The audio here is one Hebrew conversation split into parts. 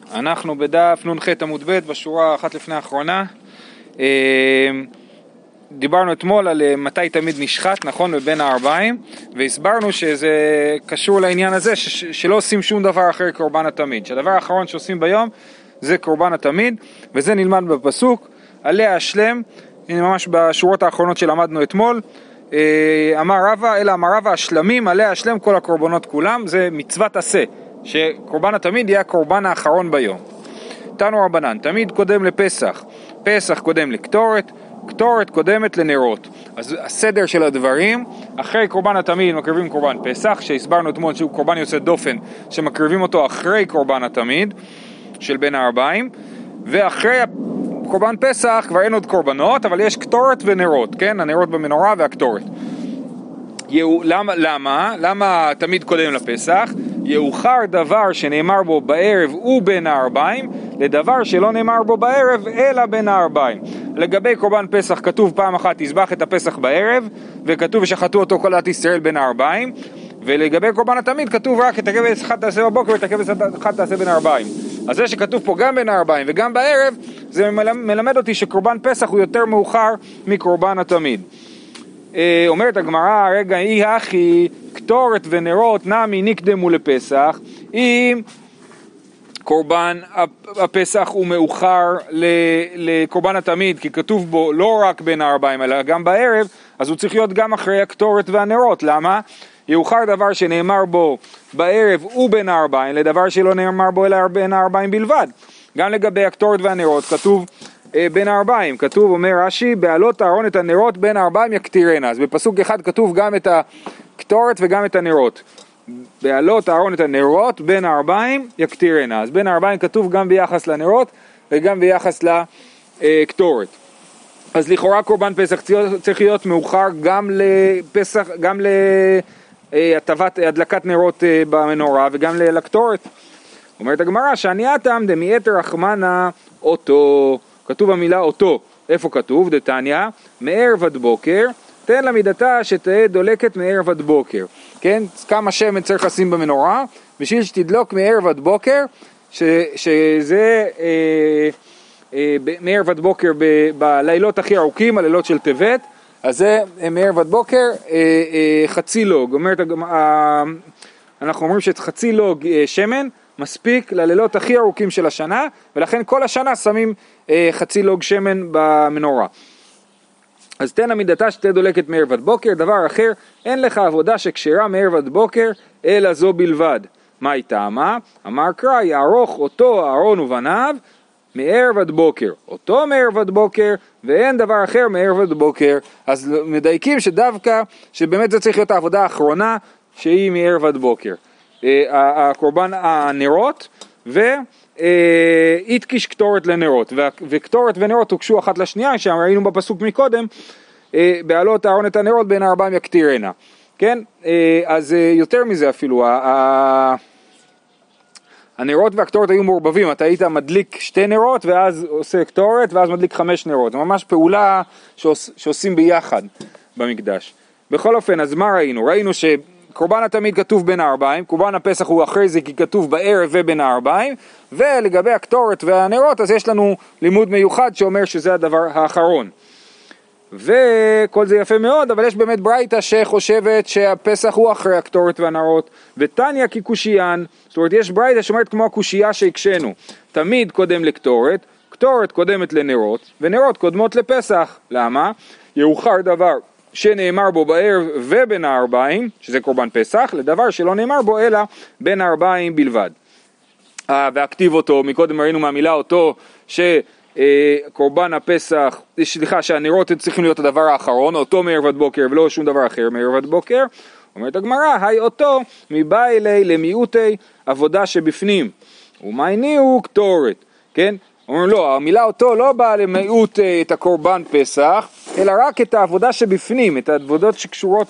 אנחנו בדף נ"ח עמוד ב' בשורה אחת לפני האחרונה. דיברנו אתמול על מתי תמיד נשחט, נכון, בבין הערביים, והסברנו שזה קשור לעניין הזה שלא עושים שום דבר אחרי קורבן התמיד, שהדבר האחרון שעושים ביום זה קורבן התמיד, וזה נלמד בפסוק עליה השלם, הנה ממש בשורות האחרונות שלמדנו אתמול. אמר רבא, אלא אמר רבא, השלמים עליה השלם כל הקורבנות כולם, זה מצוות עשה, שקורבן התמיד יהיה הקורבן האחרון ביום. תנו רבנן, תמיד קודם לפסח, פסח קודם לקטורת, קטורת קודמת לנרות. אז הסדר של הדברים, אחרי קורבן התמיד מקריבים קורבן פסח, שהסברנו אתמול שהוא קורבן יוצא דופן, שמקריבים אותו אחרי קורבן התמיד של בין הערביים, ואחרי קורבן פסח כבר אין עוד קורבנות, אבל יש קטורת ונרות, כן? הנרות במנורה והקטורת. למה תמיד קודם לפסח? יאוחר דבר שנאמר בו בערב ובין הערביים, לדבר שלא נאמר בו בערב אלא בין הערביים. לגבי קורבן פסח כתוב פעם אחת תזבח את הפסח בערב, וכתוב ושחטו אותו כל עת ישראל בין הערביים, ולגבי קורבן התמיד כתוב רק את הכבש אחד תעשה בבוקר ואת הכבש אחד תעשה בין הערביים. אז זה שכתוב פה גם בין הערביים וגם בערב, זה מלמד אותי שקורבן פסח הוא יותר מאוחר מקורבן התמיד. אומרת הגמרא, רגע, אי הכי קטורת ונרות נמי נקדמו לפסח, אם קורבן הפסח הוא מאוחר לקורבן התמיד, כי כתוב בו לא רק בין הערביים אלא גם בערב, אז הוא צריך להיות גם אחרי הקטורת והנרות. למה? יאוחר דבר שנאמר בו בערב ובין הערביים, לדבר שלא נאמר בו אלא בין הערביים בלבד. גם לגבי הקטורת והנרות כתוב בין הערביים, כתוב, אומר רש"י, בעלות אהרון את הנרות בין הערביים יקטירנה. אז בפסוק אחד כתוב גם את הקטורת וגם את הנרות. בעלות אהרון את הנרות בין הערביים יקטירנה. אז בין הערביים כתוב גם ביחס לנרות וגם ביחס לקטורת. אז לכאורה קורבן פסח צריך להיות מאוחר גם לפסח, גם להדלקת נרות במנורה וגם לקטורת. אומרת הגמרא, שענייתם דמייתר רחמנה אותו. כתוב המילה אותו, איפה כתוב? דתניא, מערב עד בוקר, תן לה מידתה שתהיה דולקת מערב עד בוקר. כן? כמה שמן צריך לשים במנורה, בשביל שתדלוק מערב עד בוקר, שזה מערב עד בוקר בלילות הכי ארוכים, הלילות של טבת, אז זה מערב עד בוקר חצי לוג. אנחנו אומרים שחצי לוג שמן, מספיק ללילות הכי ארוכים של השנה, ולכן כל השנה שמים חצי לוג שמן במנורה. אז תן המידתה שתהיה דולקת מערב עד בוקר. דבר אחר, אין לך עבודה שקשרה מערב עד בוקר, אלא זו בלבד. מה היא טעמה? אמר קרא, יערוך אותו אהרון ובניו מערב עד בוקר. אותו מערב עד בוקר, ואין דבר אחר מערב עד בוקר. אז מדייקים שדווקא, שבאמת זה צריך להיות העבודה האחרונה, שהיא מערב עד בוקר. הקורבן הנרות והתקיש קטורת לנרות, וקטורת ונרות הוקשו אחת לשנייה, שראינו בפסוק מקודם, בעלות אהרון את הנרות בין הערביים יקטירנה. כן? אז יותר מזה אפילו, הנרות והקטורת היו מעורבבים, אתה היית מדליק 2 נרות ואז עושה קטורת ואז מדליק 5 נרות, זה ממש פעולה שעושים ביחד במקדש. בכל אופן, אז מה ראינו? ראינו קורבן התמיד כתוב בין הערביים, קורבן הפסח הוא אחרי זה כי כתוב בערב ובין הערביים, ולגבי הקטורת והנרות אז יש לנו לימוד מיוחד שאומר שזה הדבר האחרון. וכל זה יפה מאוד, אבל יש באמת ברייתא שחושבת שהפסח הוא אחרי הקטורת והנרות, ותניא כקושיין, זאת אומרת יש ברייתא שאומרת כמו הקושייה שהקשנו, תמיד קודם לקטורת, קטורת קודמת לנרות, ונרות קודמות לפסח. למה? יאוחר דבר שנאמר בו בערב ובין הערביים, שזה קורבן פסח, לדבר שלא נאמר בו אלא בין הערביים בלבד. והכתיב אותו, מקודם ראינו מהמילה אותו, שקורבן הפסח, שהנרות צריכים להיות הדבר האחרון, אותו מערב עד בוקר ולא שום דבר אחר מערב עד בוקר. אומרת הגמרא, היי אותו מבא אלי למיעוטי עבודה שבפנים, ומייני הוא קטורת, כן? אומרים לא, המילה אותו לא באה למיעוט את הקורבן פסח, אלא רק את העבודה שבפנים, את העבודות שקשורות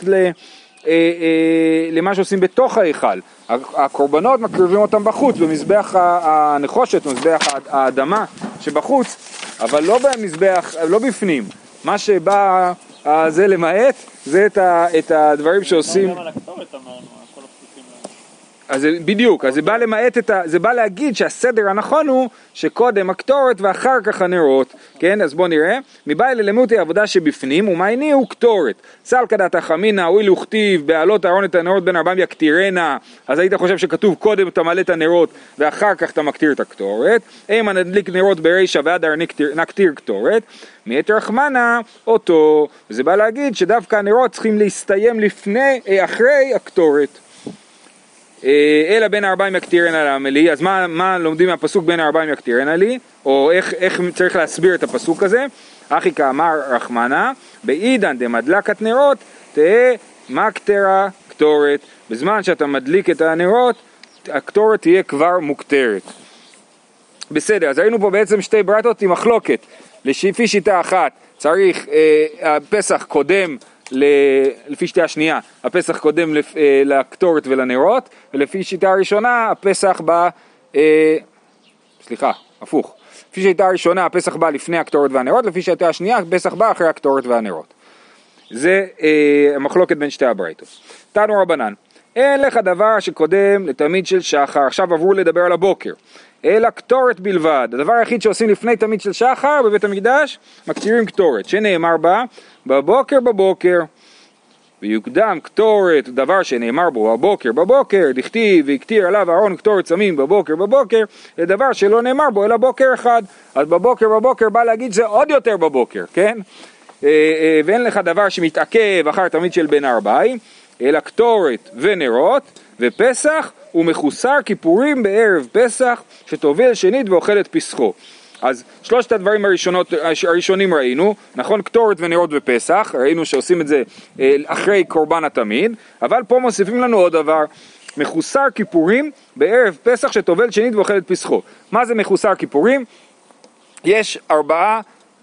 למה שעושים בתוך ההיכל. הקורבנות מקריבים אותם בחוץ, במזבח הנחושת, במזבח האדמה שבחוץ, אבל לא במזבח, לא בפנים. מה שבא זה למעט, זה את הדברים שעושים. גם על הקטורת אמרנו, כל הפסוקים. אז בדיוק, אז זה בא להגיד שהסדר הנכון הוא שקודם הקטורת ואחר כך הנרות, כן? אז בוא נראה, מבאי ללמותי עבודה שבפנים, ומייני הוא קטורת. סלקא דתא אמינא, הואיל וכתיב בעלות אהרון את הנרות בין ארבעים יקטירנה, אז היית חושב שכתוב קודם אתה מעלה את הנרות ואחר כך אתה מקטיר את הקטורת. אימה נדליק נרות ברישא ואדר נקטיר קטורת. מאת רחמנא אותו, וזה בא להגיד שדווקא הנרות צריכים להסתיים אחרי הקטורת. אלא בין הארבעים יקטירנה לעמלי, אז מה לומדים מהפסוק בין הארבעים יקטירנה לי, או איך צריך להסביר את הפסוק הזה? אחי כאמר רחמנא, בעידן דמדלקת נרות, תהא מקטרה קטורת, בזמן שאתה מדליק את הנרות, הקטורת תהיה כבר מוקטרת. בסדר, אז ראינו פה בעצם שתי ברייתות עם מחלוקת, לפי שיטה אחת צריך הפסח קודם, לפי שיטה השנייה, הפסח קודם לקטורת ולנרות, ולפי שיטה הראשונה, הפסח בא, הפוך. לפי שיטה הראשונה, הפסח בא לפני הקטורת והנרות, לפי שיטה השנייה, הפסח בא אחרי הקטורת והנרות. זה המחלוקת בין שתי הברייתות. תנו רבנן, אין לך דבר שקודם לתמיד של שחר, עכשיו עברו לדבר על הבוקר, אלא קטורת בלבד. הדבר היחיד שעושים לפני תמיד של שחר בבית המקדש, מקטירים קטורת, שנאמר בה, בבוקר, ויוקדם קטורת, דבר שנאמר בו בבוקר, דכתיב והקטיר עליו אהרון קטורת סמים בבוקר, לדבר שלא נאמר בו אלא בוקר אחד. אז בבוקר בא להגיד זה עוד יותר בבוקר, כן? ואין לך דבר שמתעכב אחר תמיד של בין הארבעים, אלא קטורת ונרות ופסח ומחוסר כיפורים בערב פסח שטובל שנית ואוכל את פסחו. אז שלושת הדברים הראשונים ראינו, נכון, קטורת ונרות ופסח, ראינו שעושים את זה אחרי קורבן התמיד, אבל פה מוסיפים לנו עוד דבר, מחוסר כיפורים בערב פסח שטובל שנית ואוכל את פסחו. מה זה מחוסר כיפורים? יש 4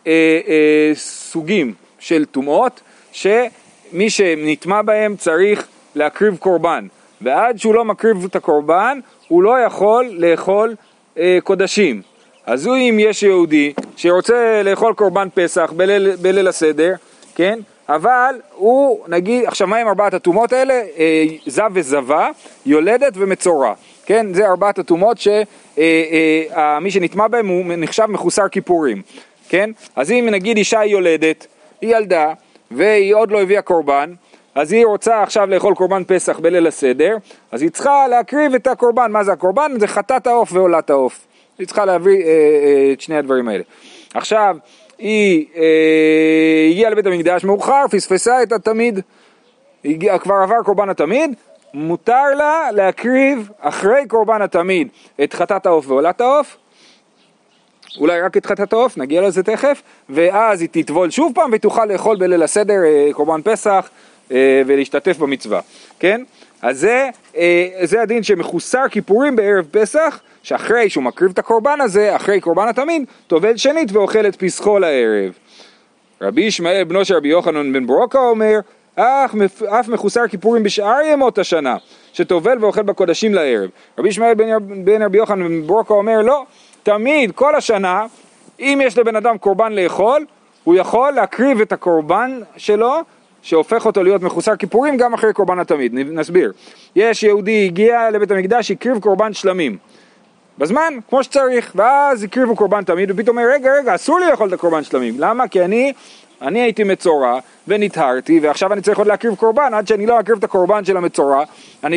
סוגים של טומאות שמי שנטמע בהם צריך להקריב קורבן, ועד שהוא לא מקריב את הקורבן הוא לא יכול לאכול קודשים. אז אם יש יהודי שרוצה לאכול קורבן פסח בליל הסדר, כן? אבל הוא, נגיד, עכשיו מה עם 4 הטומאות האלה? זב וזבה, יולדת ומצורע, כן? זה 4 הטומאות שמי שנטמע בהם הוא נחשב מחוסר כיפורים, כן? אז אם נגיד אישה יולדת, היא ילדה והיא עוד לא הביאה קורבן, אז היא רוצה עכשיו לאכול קורבן פסח בליל הסדר, אז היא צריכה להקריב את הקורבן. מה זה הקורבן? זה חטאת העוף ועולת העוף. היא צריכה להביא את שני הדברים האלה. עכשיו, היא הגיעה לבית המקדש מאוחר, פספסה את התמיד, כבר עבר קורבן התמיד, מותר לה להקריב אחרי קורבן התמיד את חטאת העוף ועולת העוף, אולי רק את חטאת העוף, נגיע לזה תכף, ואז היא תטבול שוב פעם ותוכל לאכול בליל הסדר קורבן פסח ולהשתתף במצווה, כן? אז זה הדין שמחוסר כיפורים בערב פסח, שאחרי שהוא מקריב את הקורבן הזה, אחרי קורבן התמיד, טובל שנית ואוכל את פסחו לערב. רבי ישמעאל בנו של רבי יוחנן בן ברוקה אומר, אף מחוסר כיפורים בשאר ימות השנה, שטובל ואוכל בקודשים לערב. רבי ישמעאל בן רבי יוחנן בן ברוקה אומר, לא, תמיד, כל השנה, אם יש לבן אדם קורבן לאכול, הוא יכול להקריב את הקורבן שלו, שהופך אותו להיות מחוסר כיפורים גם אחרי קורבן התמיד. נסביר. יש יהודי הגיע לבית המקדש, הקריב קורבן שלמים. בזמן, כמו שצריך, ואז הקריבו קורבן תמיד, ופתאום אומר, רגע, אסור לי לאכול את הקורבן שלמים. למה? כי אני הייתי מצורע, ונטהרתי, ועכשיו אני צריך עוד להקריב קורבן, עד שאני לא אקריב את הקורבן של המצורע, אני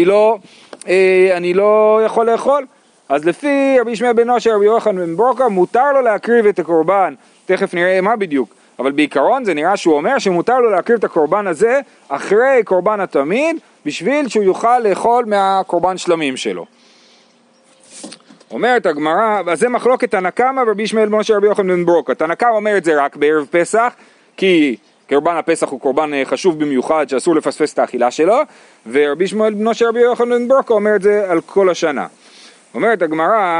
לא יכול לאכול. אז לפי רבי ישמעאל בנו של רבי יוחנן בן ברוקה, מותר לו להקריב את הקורבן, תכף נראה מה בדיוק, אבל בעיקרון זה נראה שהוא אומר שמותר לו להקריב את הקורבן הזה, אחרי קורבן התמיד, בשביל שהוא יוכל לאכול מהקורבן שלמים שלו. אומרת הגמרא, אז זה מחלוקת תנא קמא ורבי ישמעאל בנו של רבי יוחנן בן ברוקה. תנא קמא אומר את זה רק בערב פסח, כי קורבן הפסח הוא קורבן חשוב במיוחד שאסור לפספס את האכילה שלו, ורבי ישמעאל בנו של רבי יוחנן בן ברוקה אומר את זה על כל השנה. אומרת הגמרא,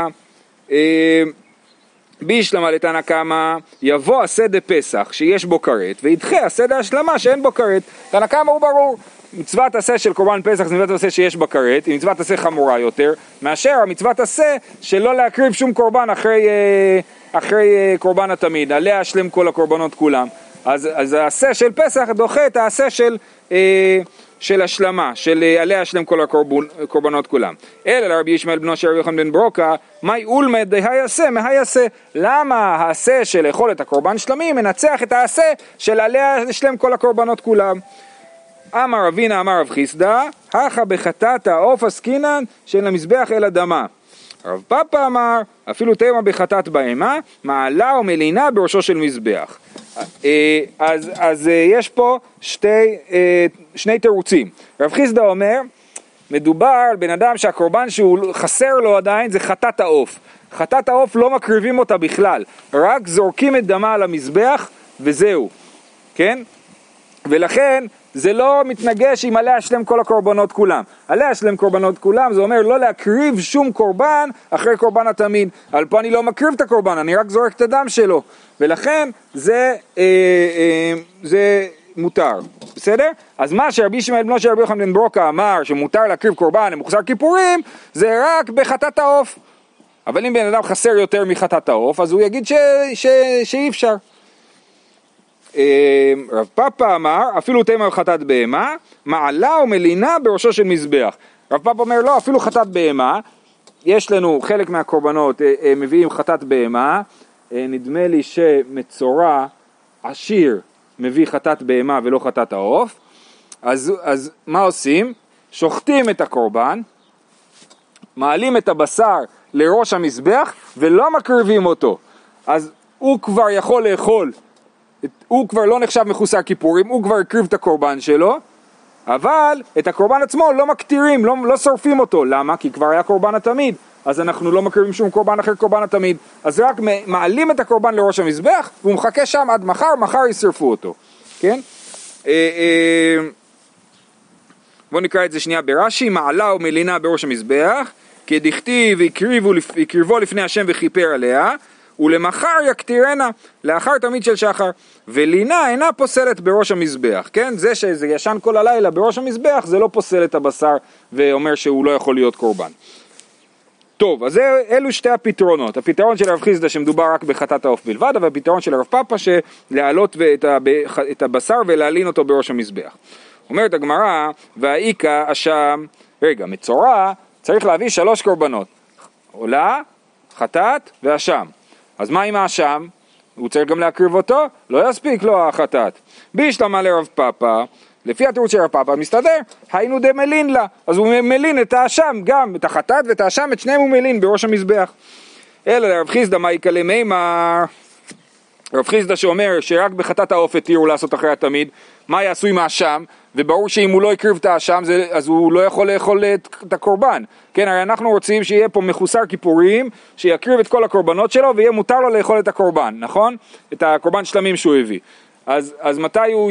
בישלמה לתנא קמא יבוא עשה דפסח שיש בו כרת, וידחה עשה דהשלמה שאין בו כרת. תנא קמא הוא ברור, מצוות עשה של קורבן פסח זה מצוות עשה שיש בה כרת, היא מצוות עשה חמורה יותר, מאשר המצוות עשה שלא להקריב שום קורבן אחרי קורבן התמיד, עליה השלם כל הקורבנות כולם. אז העשה של פסח דוחה את העשה של השלמה, של עליה השלם כל הקורבנות כולם. אלא לרבי ישמעאל בנו של רבי יוחנן בן ברוקה, מאי אולמא דהייעשה מהייעשה. למה העשה של לאכול את הקורבן שלמים מנצח את העשה של עליה השלם כל הקורבנות כולם? אמר רבינה אמר רב חיסדא, הכה בחטאת העוף עסקינן של המזבח אל אדמה. רב פאפא אמר, אפילו תימא בחטאת בהמה, מעלה ומלינה בראשו של מזבח. אז יש פה שני תירוצים. רב חיסדא אומר, מדובר על בן אדם שהקורבן שהוא חסר לו עדיין זה חטאת העוף. חטאת העוף לא מקריבים אותה בכלל, רק זורקים את דמה על המזבח וזהו, כן? ולכן זה לא מתנגש עם עליה השלם כל הקורבנות כולם. עליה השלם קורבנות כולם, זה אומר לא להקריב שום קורבן אחרי קורבן התמיד. על פה אני לא מקריב את הקורבן, אני רק זורק את הדם שלו. ולכן זה מותר. בסדר? אז מה שרבי ישמעאל בנו של רבי יוחנן בן ברוקה אמר שמותר להקריב קורבן למחוסר כיפורים, זה רק בחטאת העוף. אבל אם בן אדם חסר יותר מחטאת העוף, אז הוא יגיד שאי אפשר. רב פאפא אמר, אפילו תימא בחטאת בהמה, מעלה ומלינה בראשו של מזבח. רב פאפא אומר, לא, אפילו חטאת בהמה, יש לנו חלק מהקורבנות מביאים חטאת בהמה, נדמה לי שמצורע עשיר מביא חטאת בהמה ולא חטאת העוף, אז מה עושים? שוחטים את הקורבן, מעלים את הבשר לראש המזבח ולא מקריבים אותו, אז הוא כבר יכול לאכול, הוא כבר לא נחשב מחוסר כיפורים, הוא כבר הקריב את הקורבן שלו, אבל את הקורבן עצמו לא מקטירים, לא שורפים אותו. למה? כי כבר היה קורבן התמיד, אז אנחנו לא מקריבים שום קורבן אחר קורבן התמיד, אז רק מעלים את הקורבן לראש המזבח, והוא מחכה שם עד מחר ישרפו אותו. כן? בואו נקרא את זה שנייה ברש"י, מעלה ומלינה בראש המזבח, כדכתיב יקריבו לפני השם וכיפר עליה, ולמחר יקטירנה, לאחר תמיד של שחר. ולינה אינה פוסלת בראש המזבח, כן? זה שזה ישן כל הלילה בראש המזבח, זה לא פוסל את הבשר ואומר שהוא לא יכול להיות קורבן. טוב, אז אלו שתי הפתרונות. הפתרון של רב חיסדא שמדובר רק בחטאת העוף בלבד, והפתרון של רב פאפא שלהעלות את הבשר ולהלין אותו בראש המזבח. אומרת הגמרא, והאיכא אשם, רגע, מצורע צריך להביא 3 קורבנות, עולה, חטאת ואשם. אז מה עם האשם? הוא צריך גם להקריב אותו? לא יספיק לו החטאת. בישלמה לרב פאפא, לפי התירוץ של רב פאפא מסתדר, היינו דמלין לה, אז הוא מלין את האשם, גם את החטאת ואת האשם, את שניהם הוא מלין בראש המזבח. אלא לרב חיסדא מה יקלה מימר, רב חיסדא שאומר שרק בחטאת העוף התירו לעשות אחרי התמיד, מה יעשו עם האשם? וברור שאם הוא לא יקריב את האשם, אז הוא לא יכול לאכול את הקורבן. כן, הרי אנחנו רוצים שיהיה פה מחוסר כיפורים, שיקריב את כל הקורבנות שלו, ויהיה מותר לו לאכול את הקורבן, נכון? את הקורבן שלמים שהוא הביא. אז מתי הוא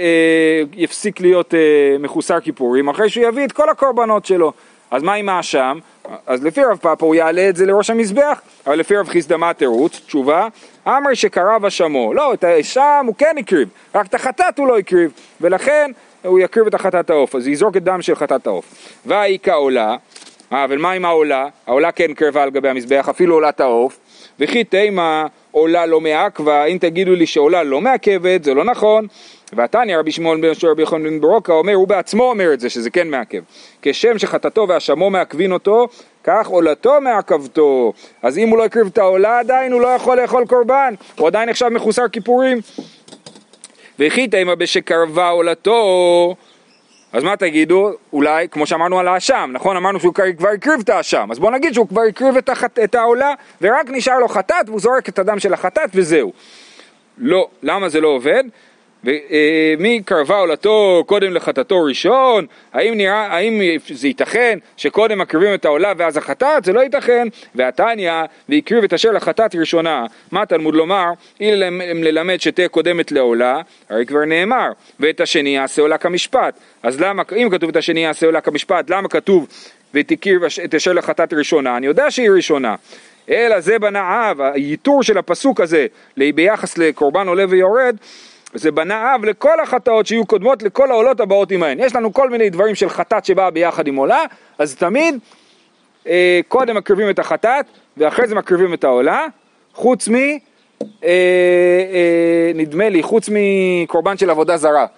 יפסיק להיות מחוסר כיפורים? אחרי שהוא יביא את כל הקורבנות שלו. אז מה עם האשם? אז לפי רב פאפא הוא יעלה את זה לראש המזבח, אבל לפי רב חיסדא מה התירוץ? תשובה, אמר שקרב אשמו. לא, את האשם הוא כן יקריב, רק את החטאת הוא לא יקריב, ולכן הוא יקריב את החטאת העוף, אז יזרוק את דם של חטאת העוף. והאיכא עולה, אבל מה עם העולה? העולה כן קרבה על גבי המזבח, אפילו עולת העוף, וכי תימא עולה לא מעכבה, אם תגידו לי שעולה לא מעכבת, זה לא נכון. והתניא רבי שמעון בן רבי יוחנן בן ברוקה אומר, הוא בעצמו אומר את זה, שזה כן מעכב. כשם שחטאתו ואשמו מעכבין אותו, כך עולתו מעכבתו. אז אם הוא לא יקריב את העולה עדיין, הוא לא יכול לאכול קורבן, הוא עדיין נחשב מחוסר כיפורים. וכי תימא בשקרבה עולתו, אז מה תגידו? אולי, כמו שאמרנו על האשם, נכון? אמרנו שהוא כבר הקריב את האשם, אז בוא נגיד שהוא כבר הקריב את העולה, ורק נשאר לו חטאת, והוא זורק את הדם של החטאת, וזהו. לא, למה זה לא עובד? מי קרבה עולתו קודם לחטאתו ראשון? האם זה ייתכן שקודם מקריבים את העולה ואז החטאת? זה לא ייתכן. והתניא והקריב את אשר לחטאת ראשונה, מה תלמוד לומר? אם ללמד שתהיה קודמת לעולה, הרי כבר נאמר, ואת השני יעשה עולה כמשפט. אז למה, אם כתוב את השני יעשה עולה כמשפט, למה כתוב ותקריב את אשר לחטאת ראשונה? אני יודע שהיא ראשונה. אלא זה בנעב, הייתור של הפסוק הזה ביחס לקורבן עולה ויורד, זה בנעב לכל החטאות שיהיו קודמות לכל העולות הבאות עמהן. יש לנו כל מיני דברים של חטאת שבאה ביחד עם עולה, אז תמיד קודם מקריבים את החטאת ואחרי זה מקריבים את העולה, חוץ נדמה לי, חוץ מקורבן של עבודה זרה.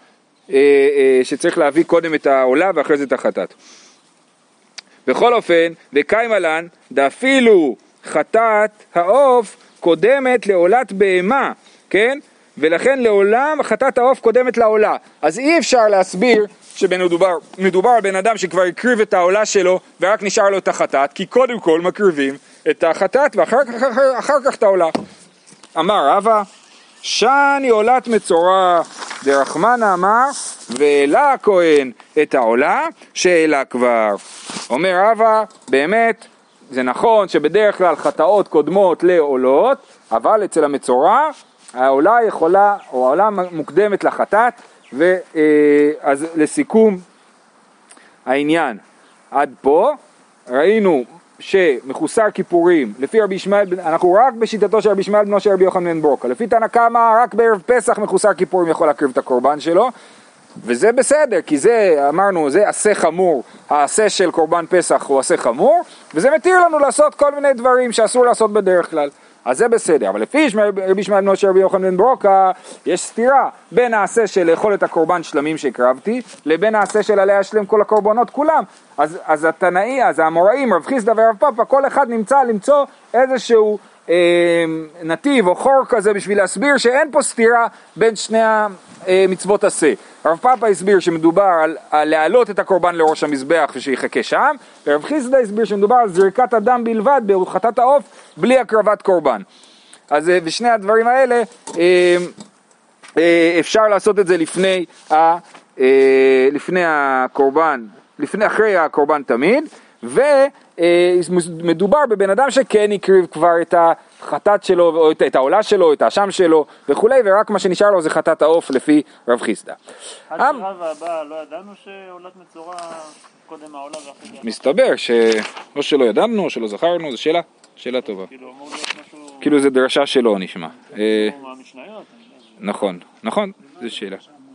שצריך להביא קודם את העולה ואחרי זה את החטאת. בכל אופן, וקיימה לן, דאפילו חטאת העוף קודמת לעולת בהמה, כן? ולכן לעולם חטאת העוף קודמת לעולה. אז אי אפשר להסביר שמדובר על בן אדם שכבר הקריב את העולה שלו ורק נשאר לו את החטאת, כי קודם כל מקריבים את החטאת ואחר כך את העולה. אמר רבא, שני עולת מצורע, דרחמנה אמר, והעלה הכהן את העולה שהעלה כבר. אומר רבא, באמת זה נכון שבדרך כלל חטאות קודמות לעולות, אבל אצל המצורע העולה יכולה, או העולה מוקדמת לחטאת, אז לסיכום העניין, עד פה ראינו שמחוסר כיפורים, לפי רבי ישמעאל, אנחנו רק בשיטתו של רבי ישמעאל בנו של רבי יוחנן בן ברוקה, לפי תנא קמא רק בערב פסח מחוסר כיפורים יכול להקריב את הקורבן שלו, וזה בסדר, כי זה, אמרנו, זה עשה חמור, העשה של קורבן פסח הוא עשה חמור, וזה מתיר לנו לעשות כל מיני דברים שאסור לעשות בדרך כלל. אז זה בסדר, אבל לפי רבי ישמעאל בנו של רבי יוחנן בן ברוקה, יש סתירה בין העשה של לאכול את הקורבן שלמים שהקרבתי, לבין העשה של עליה שלם כל הקורבנות כולם. אז התנאי, אז האמוראים, רב חיסדא ורב פאפא, כל אחד נמצא למצוא איזשהו נתיב או חור כזה בשביל להסביר שאין פה סתירה בין שני המצוות עשה. רב פאפא הסביר שמדובר על להעלות את הקורבן לראש המזבח ושיחכה שם, ורב חיסדא הסביר שמדובר על זריקת הדם בלבד בחטאת העוף בלי הקרבת קורבן. אז בשני הדברים האלה אפשר לעשות את זה לפני הקורבן, אחרי הקורבן תמיד, ומדובר בבן אדם שכן הקריב כבר את החטאת שלו, או את העולה שלו, את האשם שלו וכולי, ורק מה שנשאר לו זה חטאת העוף לפי רב חיסדא. עד שרב הבא לא ידענו שעולת מצורע קודם העולה ואחרי. מסתבר או שלא ידענו או שלא זכרנו, זו שאלה טובה. כאילו אמור להיות משהו... כאילו זה דרשה שלו נשמע. מהמשניות. נכון, זו שאלה.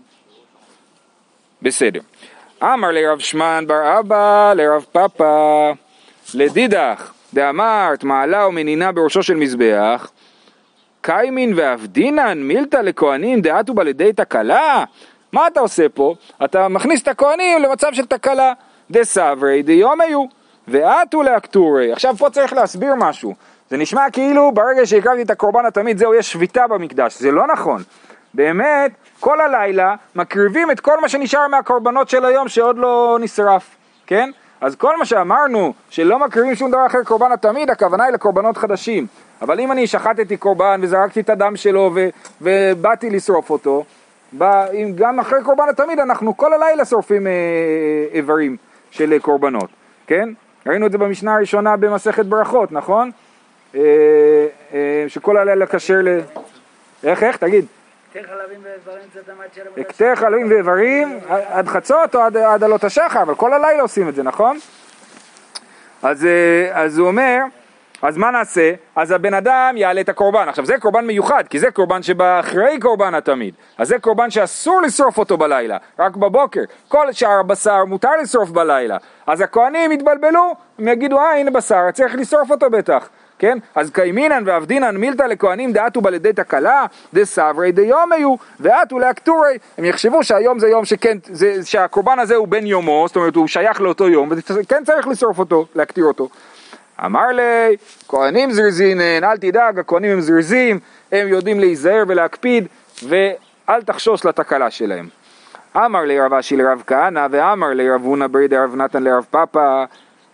בסדר. אמר לרב שמן בר אבא לרב פאפא לדידך דאמרת מעלה ומנינה בראשו של מזבח קיימין ואבדינן מילתא לכהנים דעתו בה לידי תקלה. מה אתה עושה פה? אתה מכניס את הכהנים למצב של תקלה. דסברי דיומאיו ועתו להקטורי. עכשיו פה צריך להסביר משהו. זה נשמע כאילו ברגע שהקרבתי את הקורבן התמיד זהו יש שביתה במקדש. זה לא נכון. באמת, כל הלילה מקריבים את כל מה שנשאר מהקורבנות של היום שעוד לא נשרף, כן? אז כל מה שאמרנו שלא מקריבים שום דבר אחר קורבן התמיד, הכוונה היא לקורבנות חדשים. אבל אם אני שחטתי קורבן וזרקתי את הדם שלו ובאתי לשרוף אותו, גם אחרי קורבן התמיד אנחנו כל הלילה שורפים איברים של קורבנות, כן? ראינו את זה במשנה הראשונה במסכת ברכות, נכון? שכל הלילה קשר איך? תגיד. הקטר חלבים ואיברים עד חצות או עד עלות השחר, אבל כל הלילה עושים את זה, נכון? אז הוא אומר, אז מה נעשה? אז הבן אדם יעלה את הקורבן. עכשיו זה קורבן מיוחד, כי זה קורבן שבא אחרי קורבן התמיד. אז זה קורבן שאסור לשרוף אותו בלילה, רק בבוקר. כל שאר הבשר מותר לשרוף בלילה. אז הכהנים יתבלבלו, הם יגידו, הנה בשר, צריך לשרוף אותו בטח. כן? אז קיימינן ואבדינן מילתא לכהנים דעתו בה לידי תקלה, דסברי דיומאיו ועתו להקטורי. הם יחשבו שהיום זה יום שהקורבן הזה הוא בן יומו, זאת אומרת הוא שייך לאותו יום, וכן צריך לשרוף אותו, להקטיר אותו. אמר לי, כהנים זריזינן, אל תדאג, הכהנים הם זריזים, הם יודעים להיזהר ולהקפיד, ואל תחשוש לתקלה שלהם. אמר לי רב אשי לרב כהנא, ואמר לי רב הונא ברי דרב נתן לרב פאפא,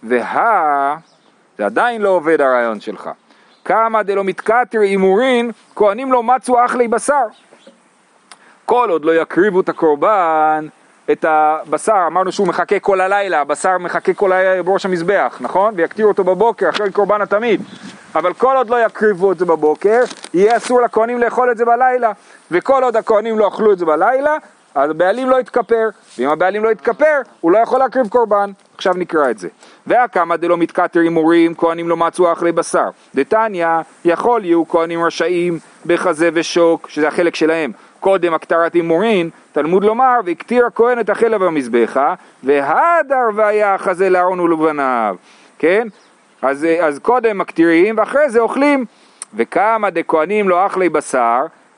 זה עדיין לא עובד הרעיון שלך. כמה דלא מתקטר אימורין, כהנים לא מצאו אכלי בשר. כל עוד לא יקריבו את הקורבן, את הבשר, אמרנו שהוא מחכה כל הלילה, הבשר מחכה כל הלילה בראש המזבח, נכון? ויקטיר אותו בבוקר אחרי קורבן התמיד. אבל כל עוד לא יקריבו את זה בבוקר, יהיה אסור לכהנים לאכול את זה בלילה. וכל עוד הכהנים לא אכלו את זה בלילה, אז הבעלים לא יתכפר, ואם הבעלים לא יתכפר, הוא לא יכול להקריב קורבן. עכשיו נקרא את זה. והכמה דלא מתקטר אימורים, כהנים לא מצאו אכלי בשר. דתניא, יכול יהיו כהנים רשעים בחזה ושוק, שזה החלק שלהם. קודם הקטרת אימורין, תלמוד לומר, והקטיר הכהן את החלב המזבחה, והדר והיה חזה לארון ולבניו. כן? אז קודם מקטירים, ואחרי זה אוכלים. וכמה דכהנים לא אכלי בשר,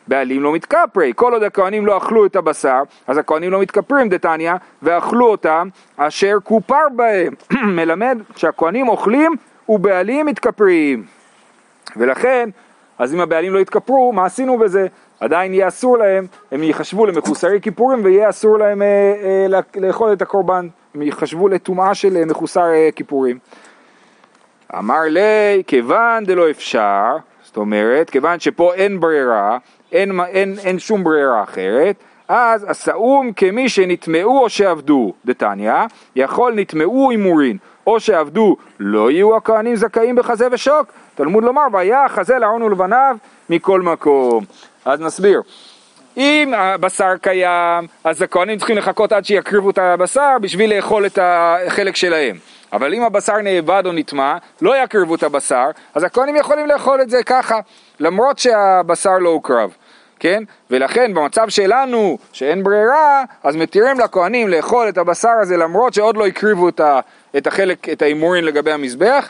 בעלים לא מתכפרי, כל עוד הכהנים לא אכלו את הבשר, אז הכהנים לא מתכפרים דתניא, ואכלו אותם אשר כופר בהם. מלמד שהכהנים אוכלים ובעלים מתכפרים. ולכן, אז אם הבעלים לא יתכפרו, מה עשינו בזה? עדיין יהיה אסור להם, הם יחשבו למחוסרי כיפורים, ויהיה אסור להם לאכול את הקורבן, הם יחשבו לטומאה של מחוסר כיפורים. אמר לי, כיוון דלא אפשר, זאת אומרת, כיוון שפה אין ברירה, אין שום ברירה אחרת, אז הסאום כמי שנטמעו או שעבדו, דתניא, יכול נטמעו אימורין, או שעבדו, לא יהיו הכהנים זכאים בחזה ושוק. תלמוד לומר, והיה החזה לארון ולבניו מכל מקום. אז נסביר. אם הבשר קיים, אז הכהנים צריכים לחכות עד שיקריבו את הבשר בשביל לאכול את החלק שלהם. אבל אם הבשר נאבד או נטמע, לא יקריבו את הבשר, אז הכהנים יכולים לאכול את זה ככה, למרות שהבשר לא הוקרב. כן? ולכן במצב שלנו שאין ברירה, אז מתירים לכהנים לאכול את הבשר הזה למרות שעוד לא הקריבו את החלק, את האימורין לגבי המזבח,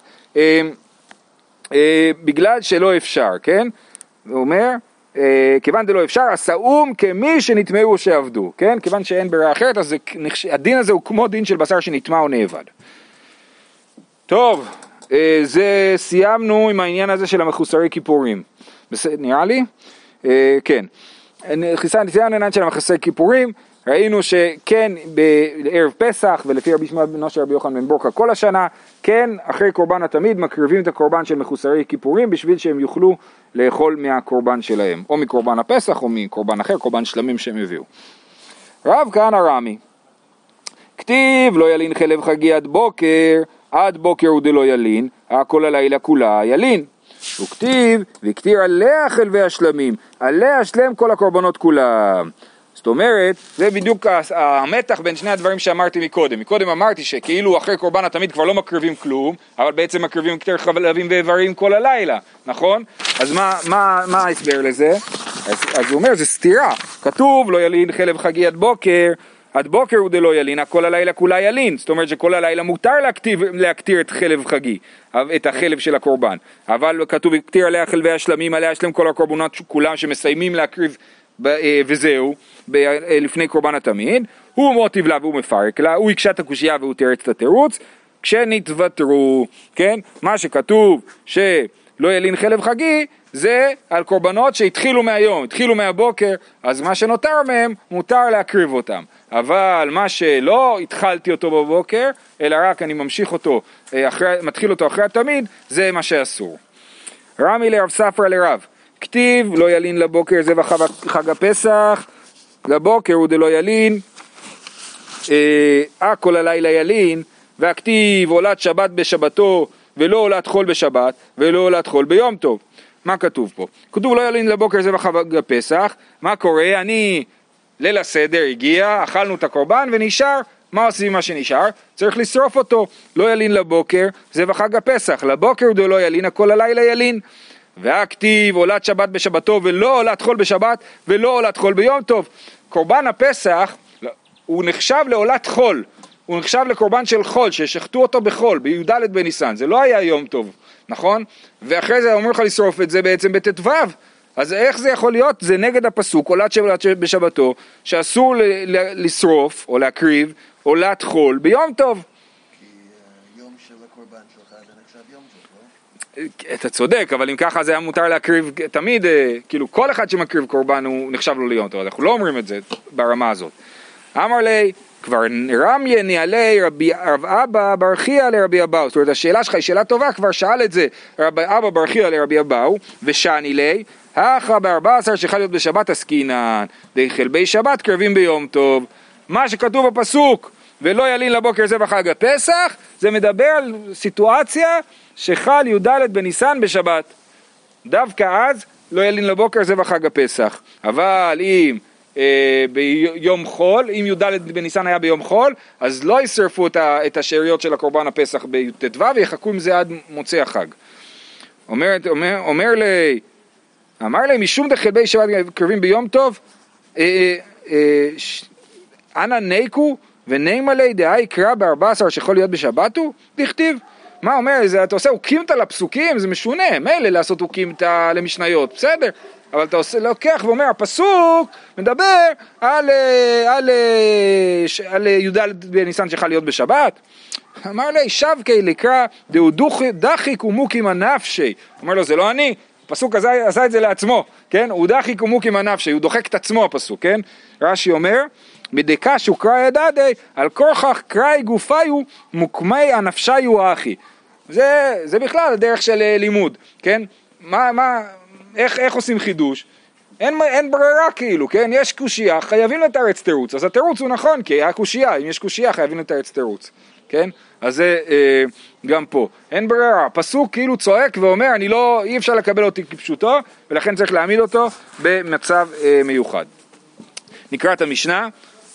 בגלל שלא אפשר, כן? הוא אומר, כיוון דלא אפשר, הסאום כמי שנטמעו או שעבדו, כן? כיוון שאין ברירה אחרת, אז הדין הזה הוא כמו דין של בשר שנטמע או נאבד. טוב, זה סיימנו עם העניין הזה של המחוסרי כיפורים. נראה לי? כן. סיימנו העניין של המחוסרי כיפורים, ראינו שכן בערב פסח, ולפי רבי שמעון בנו של רבי יוחנן בן ברוקה כל השנה, כן אחרי קורבן התמיד מקריבים את הקורבן של מחוסרי כיפורים, בשביל שהם יוכלו לאכול מהקורבן שלהם, או מקורבן הפסח, או מקורבן אחר, קורבן שלמים שהם הביאו. רב כהנא רמי, כתיב לא ילין חלב חגי עד בוקר הוא דלא ילין, כל הלילה כולה ילין. וכתיב, וכתיר עליה חלבי השלמים, עליה השלם כל הקורבנות כולם. זאת אומרת, זה בדיוק המתח בין שני הדברים שאמרתי מקודם. מקודם אמרתי שכאילו אחרי קורבן התמיד כבר לא מקריבים כלום, אבל בעצם מקריבים כתר חלבים ואיברים כל הלילה, נכון? אז מה ההסבר לזה? אז הוא אומר, זה סתירה. כתוב, לא ילין חלב חגי עד בוקר הוא דלא ילין, כל הלילה כולה ילין. זאת אומרת שכל הלילה מותר להקטיר את חלב חגי, את החלב של הקורבן. אבל כתוב, כתיר עליה חלבי השלמים, עליה השלם כל הקורבנות כולם שמסיימים להקריב וזהו, לפני קורבן התמיד, הוא מוטיב לה והוא מפרק לה, הוא יקשה את הקושייה והוא תירץ את התירוץ, כשנתוותרו, כן? מה שכתוב שלא ילין חלב חגי, זה על קורבנות שהתחילו מהיום, התחילו מהבוקר, אז מה שנותר מהם מותר להקריב אותם. אבל מה שלא התחלתי אותו בבוקר, אלא רק אני ממשיך אותו, מתחיל אותו אחרי התמיד, זה מה שאסור. רמי לרב ספרא לרב, כתיב לא ילין לבוקר זה בחג הפסח, לבוקר הוא דלא ילין, כל הלילה ילין, והכתיב עולת שבת בשבתו, ולא עולת חול בשבת, ולא עולת חול ביום טוב. מה כתוב פה? כתוב לא ילין לבוקר זה בחג הפסח, מה קורה? אני ליל הסדר הגיע, אכלנו את הקורבן ונשאר, מה עושים מה שנשאר? צריך לשרוף אותו. לא ילין לבוקר זה בחג הפסח, לבוקר הוא דלא ילין, כל הלילה ילין. והכתיב עולת שבת בשבתו ולא עולת חול בשבת ולא עולת חול ביום טוב. קורבן הפסח הוא נחשב לעולת חול, הוא נחשב לקורבן של חול ששחטו אותו בחול בי"ד בניסן, זה לא היה יום טוב, נכון? ואחרי זה אומר לך לשרוף את זה בעצם בט"ו, אז איך זה יכול להיות? זה נגד הפסוק עולת שבת בשבתו שאסור לשרוף או להקריב עולת חול ביום טוב. אתה צודק, אבל אם ככה זה היה מותר להקריב תמיד, כאילו כל אחד שמקריב קורבן הוא נחשב לו ליום טוב, אנחנו לא אומרים את זה ברמה הזאת. אמר לי, כבר רמיה ניעלי רב אבא ברכיה לרבי אבאו, זאת אומרת השאלה שלך היא שאלה טובה, כבר שאל את זה רבי אבא ברכיה לרבי אבאו, ושעני לי, האחרא ב14 שחל להיות בשבת עסקינן, די חלבי שבת קרבים ביום טוב. מה שכתוב בפסוק, ולא ילין לבוקר זה בחג הפסח, זה מדבר על סיטואציה שחל י"ד בניסן בשבת. דווקא אז לא ילין לבוקר זה בחג הפסח. אבל אם ביום חול, אם י"ד בניסן היה ביום חול, אז לא ישרפו את השאריות של הקורבן הפסח בט"ו ויחכו עם זה עד מוצאי החג. אמר לי משום דחלבי שבת קרבים ביום טוב, אנא ניקו ונאמר לי דהי קרא ב14 שיכול להיות בשבת הוא? דכתיב. מה אומר? אתה עושה אוקימתא לפסוקים, זה משונה, מילא לעשות אוקימתא למשניות, בסדר? אבל אתה לוקח ואומר, הפסוק מדבר על י"ד בניסן שחל להיות בשבת. אמר לי, שבקי לקרא דהו דחיק ומוקים הנפשי. אומר לו, זה לא אני, הפסוק עשה את זה לעצמו, כן? הוא דחיק ומוקים הנפשי, הוא דוחק את עצמו הפסוק, כן? רש"י אומר, בדקה שוקרא ידעדי, על כורכך קראי גופיו מוקמי הנפשיו אחי. זה בכלל הדרך של לימוד, כן? איך עושים חידוש? אין ברירה כאילו, כן? יש קושייה, חייבים לתרץ תירוץ, אז התירוץ הוא נכון, כי היה קושייה, אם יש קושייה חייבים לתרץ תירוץ, כן? אז זה גם פה, אין ברירה, פסוק כאילו צועק ואומר, אי אפשר לקבל אותי כפשוטו, ולכן צריך להעמיד אותו במצב מיוחד. נקרא את המשנה,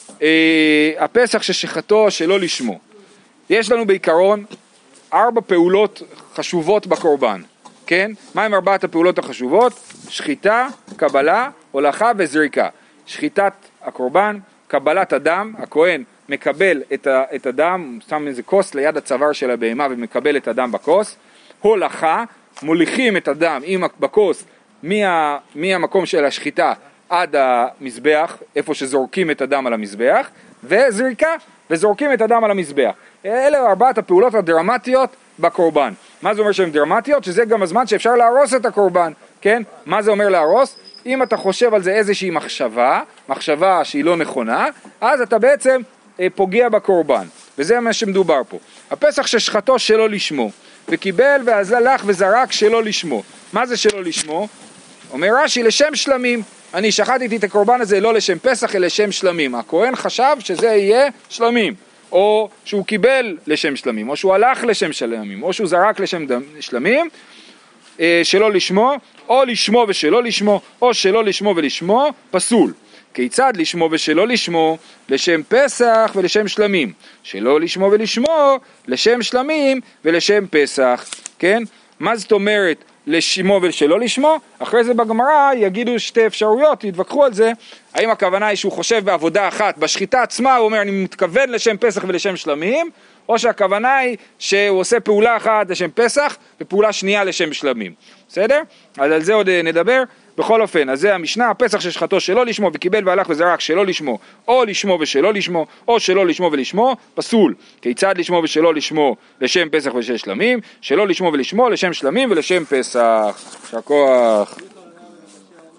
הפסח ששחטו שלא לשמו. יש לנו בעיקרון 4 פעולות חשובות בקורבן, כן? מה הם 4 הפעולות החשובות? שחיטה, קבלה, הולכה וזריקה. שחיטת הקורבן, קבלת הדם, הכהן מקבל את הדם, שם איזה כוס ליד הצוואר של הבהמה ומקבל את הדם בכוס. הולכה, מוליכים את הדם בכוס מהמקום של השחיטה עד המזבח, איפה שזורקים את הדם על המזבח, וזריקה, וזורקים את הדם על המזבח. אלה 4 הפעולות הדרמטיות בקורבן. מה זה אומר שהן דרמטיות? שזה גם הזמן שאפשר להרוס את הקורבן, כן? מה זה אומר להרוס? אם אתה חושב על זה איזושהי מחשבה שהיא לא נכונה, אז אתה בעצם פוגע בקורבן. וזה מה שמדובר פה. הפסח ששחטו שלא לשמו, וקיבל והלך וזרק שלא לשמו. מה זה שלא לשמו? אומר רש"י, לשם שלמים. אני שחטתי את הקורבן הזה לא לשם פסח אלא לשם שלמים. הכהן חשב שזה יהיה שלמים, או שהוא קיבל לשם שלמים, או שהוא הלך לשם שלמים, או שהוא זרק לשם שלמים, שלא לשמו, או לשמו ושלא לשמו, או שלא לשמו ולשמו, פסול. כיצד לשמו ושלא לשמו? לשם פסח ולשם שלמים. שלא לשמו ולשמו, לשם שלמים ולשם פסח. כן? מה זאת אומרת לשמו ושלא לשמו? אחרי זה בגמרא יגידו 2 אפשרויות, יתווכחו על זה. האם הכוונה היא שהוא חושב בעבודה אחת, בשחיטה עצמה הוא אומר אני מתכוון לשם פסח ולשם שלמים, או שהכוונה היא שהוא עושה פעולה אחת לשם פסח ופעולה שנייה לשם שלמים. בסדר? אז על זה עוד נדבר. בכל אופן, אז זה המשנה, הפסח ששחטו שלא לשמו וקיבל והלך וזרק שלא לשמו, או לשמו ושלא לשמו, או שלא לשמו ולשמו, פסול. כיצד לשמו ושלא לשמו לשם פסח ולשם שלמים? שלא לשמו ולשמו לשם שלמים ולשם פסח. יישר כוח.